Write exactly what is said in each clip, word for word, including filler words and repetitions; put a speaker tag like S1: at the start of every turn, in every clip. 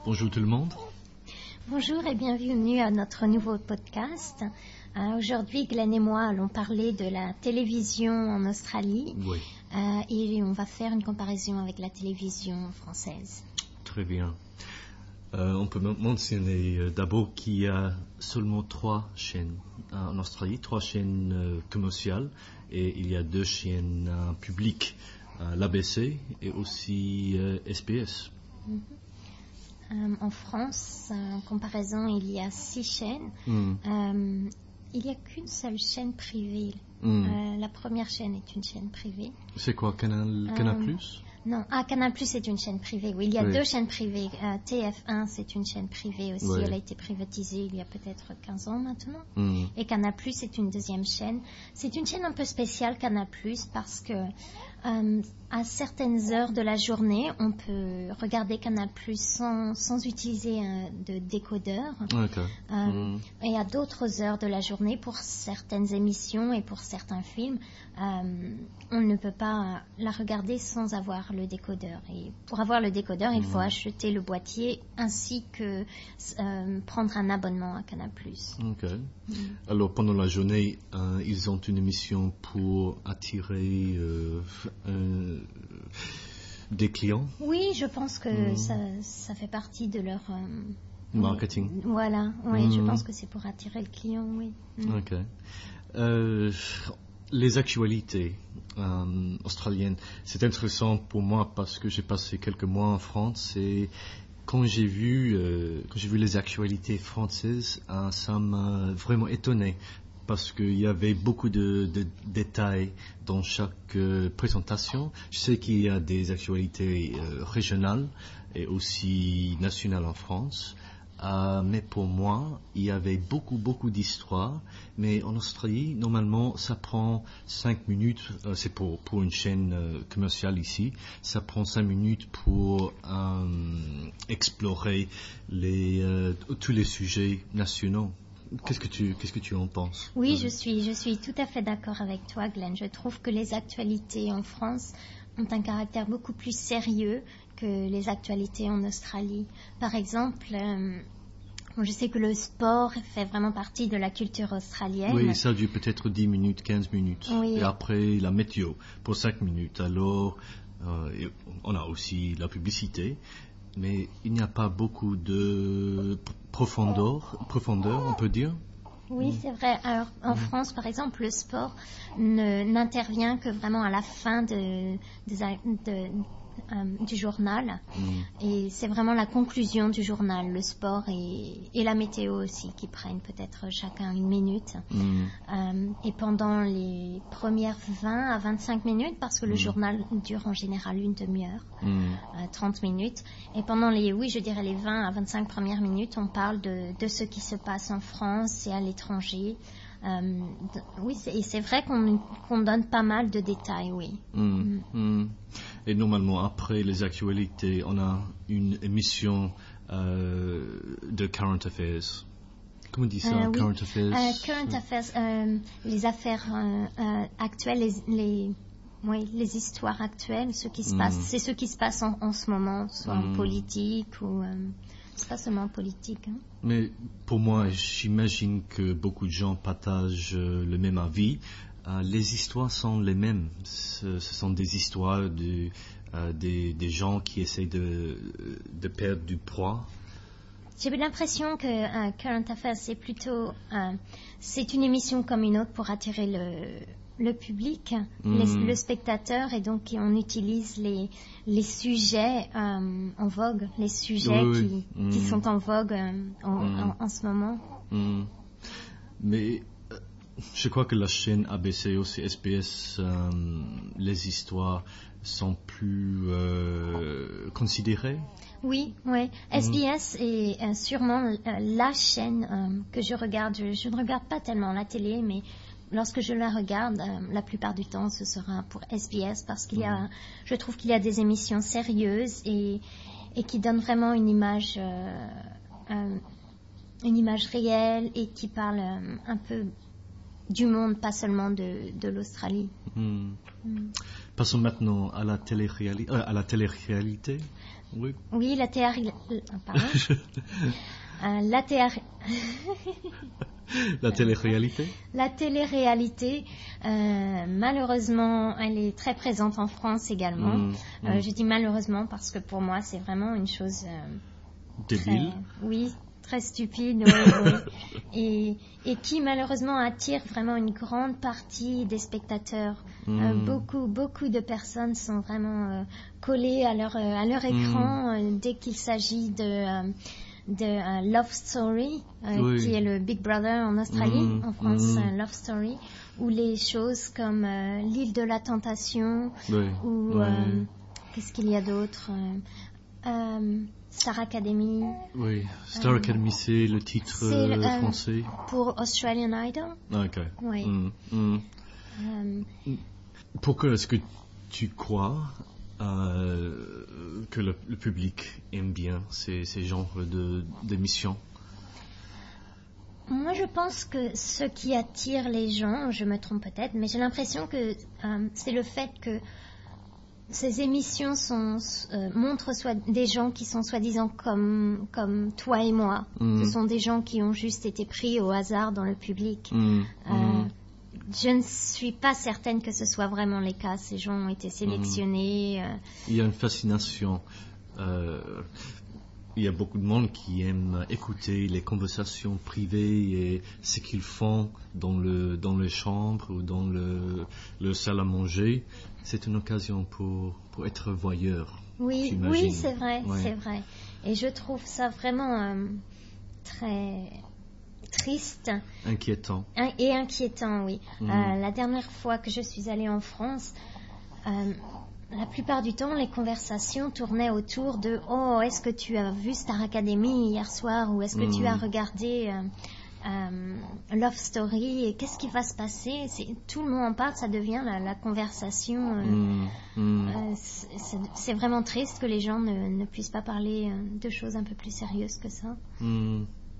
S1: Bonjour tout le monde.
S2: Bonjour et bienvenue à notre nouveau podcast. Euh, aujourd'hui, Glenn et moi allons parler de la télévision en Australie.
S1: Oui.
S2: Euh, et on va faire une comparaison avec la télévision française.
S1: Très bien. Euh, on peut mentionner euh, d'abord qu'il y a seulement trois chaînes euh, en Australie, trois chaînes euh, commerciales, et il y a deux chaînes euh, publiques, euh, l'A B C et aussi euh, S B S.
S2: Mm-hmm. Euh, en France, en comparaison, il y a six chaînes.
S1: Mm.
S2: Euh, il n'y a qu'une seule chaîne privée.
S1: Mm.
S2: Euh, la première chaîne est une chaîne privée.
S1: C'est quoi, Canal, Canal+.
S2: Euh, Non, ah, Canal+, c'est une chaîne privée, oui. Il y a
S1: oui.
S2: deux chaînes privées. Euh, T F un, c'est une chaîne privée aussi.
S1: Oui.
S2: Elle a été privatisée il y a peut-être quinze ans maintenant.
S1: Mm.
S2: Et Canal+, c'est une deuxième chaîne. C'est une chaîne un peu spéciale, Canal+, parce que euh, à certaines heures de la journée, on peut regarder Canal+, sans, sans utiliser euh, de décodeur.
S1: Okay.
S2: Euh,
S1: Mm.
S2: Et à d'autres heures de la journée, pour certaines émissions et pour certains films, euh, on ne peut pas la regarder sans avoir le décodeur. Et pour avoir le décodeur, il faut
S1: Mm.
S2: acheter le boîtier ainsi que euh, prendre un abonnement à Canal+.
S1: Okay.
S2: Mm.
S1: Alors pendant la journée, euh, ils ont une émission pour attirer euh, euh, des clients.
S2: Oui, je pense que
S1: Mm.
S2: ça, ça fait partie de leur... euh,
S1: Marketing.
S2: oui, voilà, oui,
S1: Mm.
S2: je pense que c'est pour attirer le client, oui. Mm.
S1: Ok. Euh, les actualités euh, australiennes, c'est intéressant pour moi parce que j'ai passé quelques mois en France et quand j'ai vu, euh, quand j'ai vu les actualités françaises, euh, ça m'a vraiment étonné parce qu'il y avait beaucoup de, de détails dans chaque euh, présentation. Je sais qu'il y a des actualités euh, régionales et aussi nationales en France. Euh, mais pour moi, il y avait beaucoup, beaucoup d'histoires. Mais en Australie, normalement, ça prend cinq minutes. Euh, c'est pour, pour une chaîne euh, commerciale ici. Ça prend cinq minutes pour euh, explorer les, euh, tous les sujets nationaux. Qu'est-ce que tu, qu'est-ce que tu en penses?
S2: Oui,
S1: euh,
S2: je suis, je suis tout à fait d'accord avec toi, Glenn. Je trouve que les actualités en France ont un caractère beaucoup plus sérieux que les actualités en Australie. Par exemple, euh, je sais que le sport fait vraiment partie de la culture australienne.
S1: Oui, ça dure peut-être dix minutes, quinze minutes.
S2: Oui.
S1: Et après, la météo pour cinq minutes. Alors, euh, on a aussi la publicité. Mais il n'y a pas beaucoup de profondeur, profondeur, on peut dire.
S2: Oui, c'est vrai. Alors, en mmh. France, par exemple, le sport ne, n'intervient que vraiment à la fin de, de, de, euh, du journal. Mmh. Et c'est vraiment la conclusion du journal, le sport et, et la météo aussi, qui prennent peut-être chacun une minute. Mmh. Euh, et pendant les premières vingt à vingt-cinq minutes, parce que le mmh. journal dure en général une demi-heure, mmh. euh, trente minutes. Et pendant les, oui, je dirais les vingt à vingt-cinq premières minutes, on parle de, de ce qui se passe en France et à l'étranger. Euh, de, oui, c'est, et c'est vrai qu'on, qu'on donne pas mal de détails, oui.
S1: Mmh. Mmh. Et normalement, après les actualités, on a une émission euh, de current affairs. Comment on dit ça,
S2: euh, oui.
S1: current affairs
S2: euh, Current affairs, euh, les affaires euh, euh, actuelles, les, les, oui, les histoires actuelles, ce qui se mmh. passe. C'est ce qui se passe en, en ce moment, soit mmh. en politique ou... Euh, c'est pas seulement politique. Hein.
S1: Mais pour moi, j'imagine que beaucoup de gens partagent euh, le même avis. Euh, les histoires sont les mêmes. Ce, ce sont des histoires de, euh, des, des gens qui essayent de, de perdre du poids.
S2: J'ai l'impression que euh, Current Affairs, c'est plutôt... Euh, c'est une émission comme une autre pour attirer le... le public, mmh. les, le spectateur, et donc on utilise les, les sujets euh, en vogue, les sujets
S1: oui,
S2: qui,
S1: mmh.
S2: qui sont en vogue euh, en, mmh. en, en ce moment.
S1: Mmh. Mais euh, je crois que la chaîne A B C, aussi S B S, euh, les histoires sont plus euh, considérées.
S2: Oui, oui. S B S mmh. est euh, sûrement euh, la chaîne euh, que je regarde. Je, je ne regarde pas tellement la télé, mais lorsque je la regarde, euh, la plupart du temps, ce sera pour S B S parce qu'il y a, je trouve qu'il y a des émissions sérieuses et, et qui donnent vraiment une image, euh, euh, une image réelle et qui parlent euh, un peu du monde, pas seulement de, de l'Australie.
S1: Mmh. Mmh. Passons maintenant à la télé-réalité. Euh, à la télé-réalité. Oui.
S2: Oui, la théâtre... Pardon. euh, la théâtre...
S1: La télé-réalité.
S2: La télé-réalité, euh, malheureusement, elle est très présente en France également. Mmh, mmh. Euh, je dis malheureusement parce que pour moi, c'est vraiment une chose... Euh,
S1: Débile.
S2: Très, oui, très stupide, oui, oui. Et, et qui malheureusement attire vraiment une grande partie des spectateurs. Mmh. Euh, beaucoup, beaucoup de personnes sont vraiment euh, collées à leur, euh, à leur écran mmh. euh, dès qu'il s'agit de... Euh, de uh, Love Story, euh, oui. qui est le Big Brother en Australie, mmh, en France, mmh. uh, Love Story, ou les choses comme euh, L'île de la tentation, oui. ou oui. Euh, qu'est-ce qu'il y a d'autre euh, euh, Star Academy.
S1: Oui, Star euh, Academy, c'est le titre c'est, euh, français.
S2: Pour Australian Idol.
S1: Ok.
S2: Oui.
S1: Mmh, mmh. Euh, Pourquoi est-ce que tu crois Euh, que le, le public aime bien ces, ces genres de, d'émissions?
S2: Moi, je pense que ce qui attire les gens, je me trompe peut-être, mais j'ai l'impression que euh, c'est le fait que ces émissions sont, euh, montrent soit des gens qui sont soi-disant comme, comme toi et moi. Mmh. Ce sont des gens qui ont juste été pris au hasard dans le public. Mmh. Euh, mmh. Je ne suis pas certaine que ce soit vraiment les cas. Ces gens ont été sélectionnés. Euh...
S1: Il y a une fascination. Euh, il y a beaucoup de monde qui aime écouter les conversations privées et ce qu'ils font dans le dans les chambres ou dans le, le salle à manger. C'est une occasion pour pour être voyeur.
S2: Oui,
S1: j'imagine.
S2: oui, c'est vrai, ouais. c'est vrai. Et je trouve ça vraiment euh, très triste.
S1: Inquiétant.
S2: Et inquiétant, oui. Mmh. Euh, la dernière fois que je suis allée en France, euh, la plupart du temps, les conversations tournaient autour de « Oh, est-ce que tu as vu Star Academy hier soir ?» ou « Est-ce que mmh. tu as regardé euh, euh, Love Story ?» et « Qu'est-ce qui va se passer ?» c'est, tout le monde en parle, ça devient la, la conversation. Euh, mmh. Mmh. Euh, c'est, c'est vraiment triste que les gens ne, ne puissent pas parler de choses un peu plus sérieuses que ça.
S1: Mmh.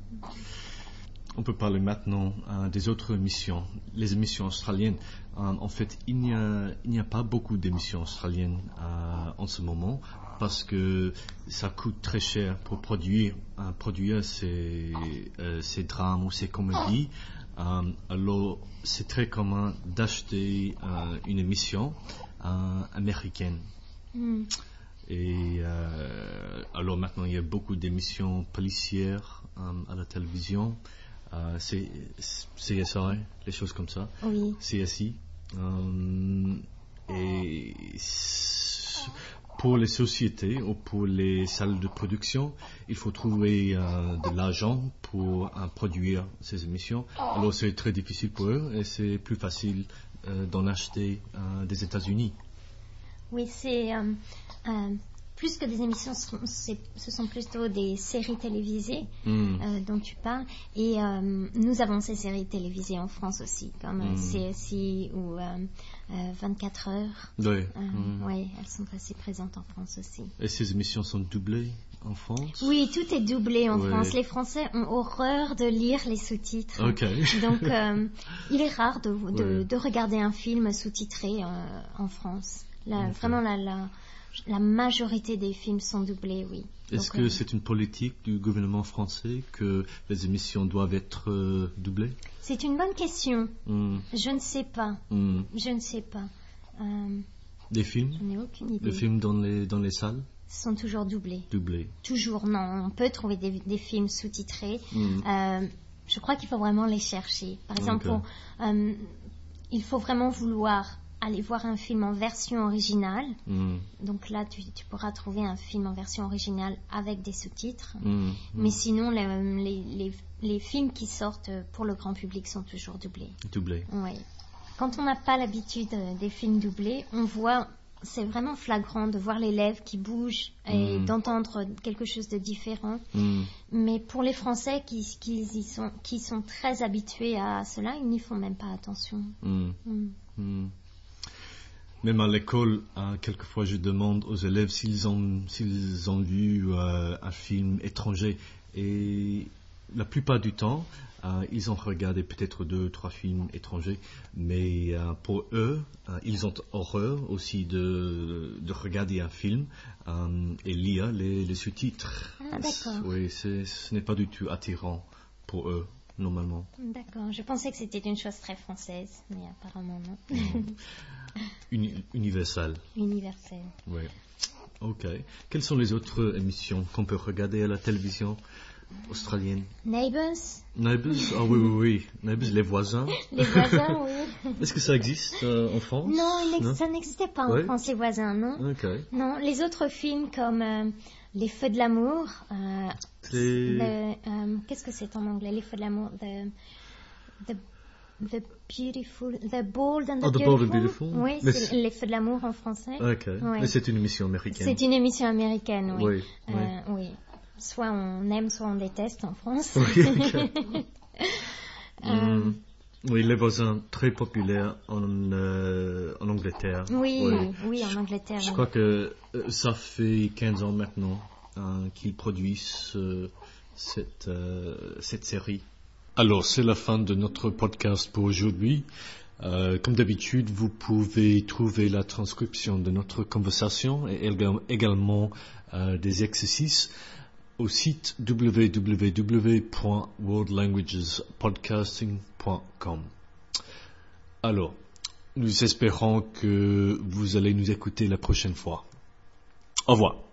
S1: On peut parler maintenant euh, des autres émissions, les émissions australiennes. Euh, en fait, il n'y a, il n'y a pas beaucoup d'émissions australiennes euh, en ce moment parce que ça coûte très cher pour produire, euh, produire ces, euh, ces drames ou ces comédies. Euh, alors, c'est très commun d'acheter euh, une émission euh, américaine. Mm. Et euh, alors maintenant, il y a beaucoup d'émissions policières euh, à la télévision. Euh, c'est C S I, les choses comme ça.
S2: Oui.
S1: C S I. Euh, et pour les sociétés ou pour les salles de production, il faut trouver euh, de l'argent pour euh, produire ces émissions. Alors c'est très difficile pour eux et c'est plus facile euh, d'en acheter euh, des États-Unis.
S2: Oui, c'est euh, euh, plus que des émissions, c'est, ce sont plutôt des séries télévisées mm. euh, dont tu parles. Et euh, nous avons ces séries télévisées en France aussi, comme mm. C S I ou euh, euh, vingt-quatre heures.
S1: Oui.
S2: Euh, mm. Oui, elles sont assez présentes en France aussi.
S1: Et ces émissions sont doublées en France?
S2: Oui, tout est doublé en
S1: oui.
S2: France. Les Français ont horreur de lire les sous-titres.
S1: Okay.
S2: Donc, euh, il est rare de, de, oui. de regarder un film sous-titré euh, en France. La, okay. Vraiment, la, la, la majorité des films sont doublés, oui.
S1: Est-ce Donc, que euh, c'est une politique du gouvernement français que les émissions doivent être euh, doublées?
S2: C'est une bonne question. Mm. Je ne sais pas. Mm. Je ne sais pas. Euh,
S1: Des films?
S2: Je n'ai aucune idée.
S1: Les films dans les, dans les salles?
S2: Sont toujours doublés.
S1: Doublés.
S2: Toujours, non. On peut trouver des, des films sous-titrés. Mm. Euh, je crois qu'il faut vraiment les chercher. Par exemple, okay. pour, euh, il faut vraiment vouloir aller voir un film en version originale. Mm. Donc là, tu, tu pourras trouver un film en version originale avec des sous-titres. Mm. Mais mm. sinon, les, les, les, les films qui sortent pour le grand public sont toujours doublés.
S1: Doublés.
S2: Oui. Quand on n'a pas l'habitude des films doublés, on voit... C'est vraiment flagrant de voir les lèvres qui bougent et mmh. d'entendre quelque chose de différent. Mmh. Mais pour les Français qui, qui, y sont, qui sont très habitués à cela, ils n'y font même pas attention. Mmh. Mmh.
S1: Mmh. Même à l'école, hein, quelquefois je demande aux élèves s'ils ont, s'ils ont vu euh, un film étranger. Et la plupart du temps, euh, ils ont regardé peut-être deux, trois films étrangers, mais euh, pour eux, euh, ils ont horreur aussi de, de regarder un film euh, et lire les, les sous-titres.
S2: Ah, d'accord.
S1: Oui, c'est, ce n'est pas du tout attirant pour eux, normalement.
S2: D'accord, je pensais que c'était une chose très française, mais apparemment non.
S1: Uni- universel.
S2: Universelle.
S1: Oui. Ok. Quelles sont les autres émissions qu'on peut regarder à la télévision australienne?
S2: Neighbours.
S1: Neighbours? Ah oui, oui, oui. Neighbours, les voisins.
S2: Les voisins, oui.
S1: Est-ce que ça existe euh, en France?
S2: Non, il
S1: Non?
S2: ça n'existait pas en
S1: Ouais.
S2: France, les voisins, non?
S1: Ok.
S2: Non, les autres films comme euh, Les Feux de l'amour. Euh,
S1: C'est...
S2: le, euh, qu'est-ce que c'est en anglais? Les Feux de l'amour. The, the, the Beautiful. The Bold and the
S1: Oh, The
S2: Beautiful.
S1: Bold and Beautiful.
S2: Oui,
S1: Mais
S2: c'est
S1: c'est-
S2: Les Feux de l'amour en français.
S1: Ok.
S2: Ouais.
S1: Mais c'est une émission américaine.
S2: C'est une émission américaine, oui.
S1: Oui,
S2: Euh,
S1: oui.
S2: oui. Soit on aime, soit on déteste en France.
S1: Oui, ok.
S2: Euh,
S1: Mm. Oui, les voisins très populaires en, euh, en Angleterre.
S2: oui,
S1: Oui.
S2: oui, en Angleterre.
S1: Je
S2: oui.
S1: crois que euh, ça fait quinze ans maintenant hein, qu'ils produisent euh, cette, euh, cette série. Alors, c'est la fin de notre podcast pour aujourd'hui. Euh, comme d'habitude, vous pouvez trouver la transcription de notre conversation et éga- également euh, des exercices au site w w w point world languages podcasting point com. Alors, nous espérons que vous allez nous écouter la prochaine fois. Au revoir.